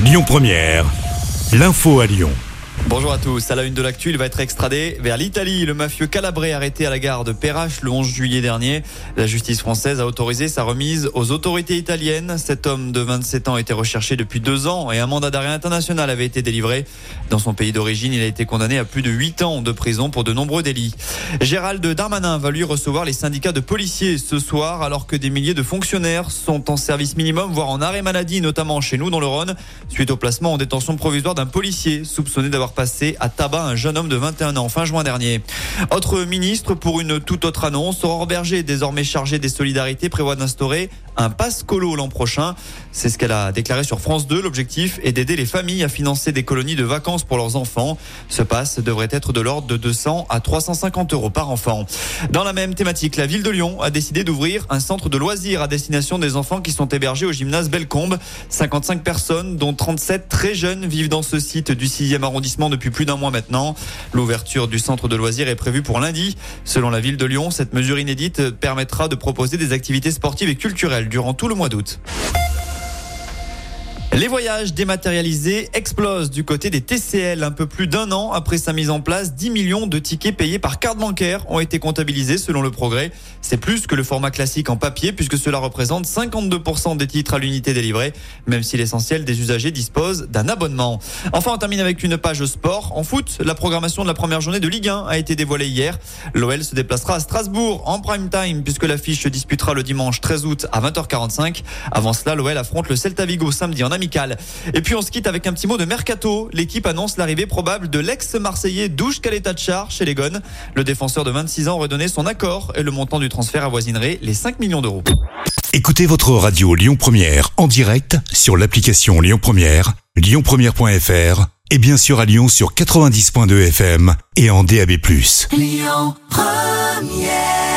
Lyon Première, l'info à Lyon. Bonjour à tous. À la une de l'actu, il va être extradé vers l'Italie. Le mafieux calabré arrêté à la gare de Perrache le 11 juillet dernier. La justice française a autorisé sa remise aux autorités italiennes. Cet homme de 27 ans était recherché depuis 2 ans et un mandat d'arrêt international avait été délivré. Dans son pays d'origine, il a été condamné à plus de 8 ans de prison pour de nombreux délits. Gérald Darmanin va lui recevoir les syndicats de policiers ce soir alors que des milliers de fonctionnaires sont en service minimum, voire en arrêt maladie, notamment chez nous dans le Rhône, suite au placement en détention provisoire d'un policier soupçonné d'avoir passé à tabac un jeune homme de 21 ans fin juin dernier. Autre ministre pour une toute autre annonce, Aurore Bergé, désormais chargée des solidarités, prévoit d'instaurer un pass colo l'an prochain. C'est ce qu'elle a déclaré sur France 2. L'objectif est d'aider les familles à financer des colonies de vacances pour leurs enfants. Ce pass devrait être de l'ordre de 200 à 350 € par enfant. Dans la même thématique, la ville de Lyon a décidé d'ouvrir un centre de loisirs à destination des enfants qui sont hébergés au gymnase Bellecombe. 55 personnes, dont 37 très jeunes, vivent dans ce site du 6e arrondissement depuis plus d'un mois maintenant. L'ouverture du centre de loisirs est prévue pour lundi. Selon la ville de Lyon, cette mesure inédite permettra de proposer des activités sportives et culturelles durant tout le mois d'août. Les voyages dématérialisés explosent du côté des TCL. Un peu plus d'1 an après sa mise en place, 10 millions de tickets payés par carte bancaire ont été comptabilisés selon le Progrès. C'est plus que le format classique en papier puisque cela représente 52% des titres à l'unité délivrés, même si l'essentiel des usagers dispose d'un abonnement. Enfin, on termine avec une page sport. En foot, la programmation de la première journée de Ligue 1 a été dévoilée hier. L'OL se déplacera à Strasbourg en prime time puisque l'affiche se disputera le dimanche 13 août à 20h45. Avant cela, l'OL affronte le Celta Vigo samedi en amical. Et puis on se quitte avec un petit mot de mercato. L'équipe annonce l'arrivée probable de l'ex-marseillais Douche Caleta-Tchar chez les Gones. Le défenseur de 26 ans aurait donné son accord et le montant du transfert avoisinerait les 5 millions d'euros. Écoutez votre radio Lyon Première en direct sur l'application Lyon Première, lyonpremière.fr et bien sûr à Lyon sur 90.2 FM et en DAB+. Lyon Première.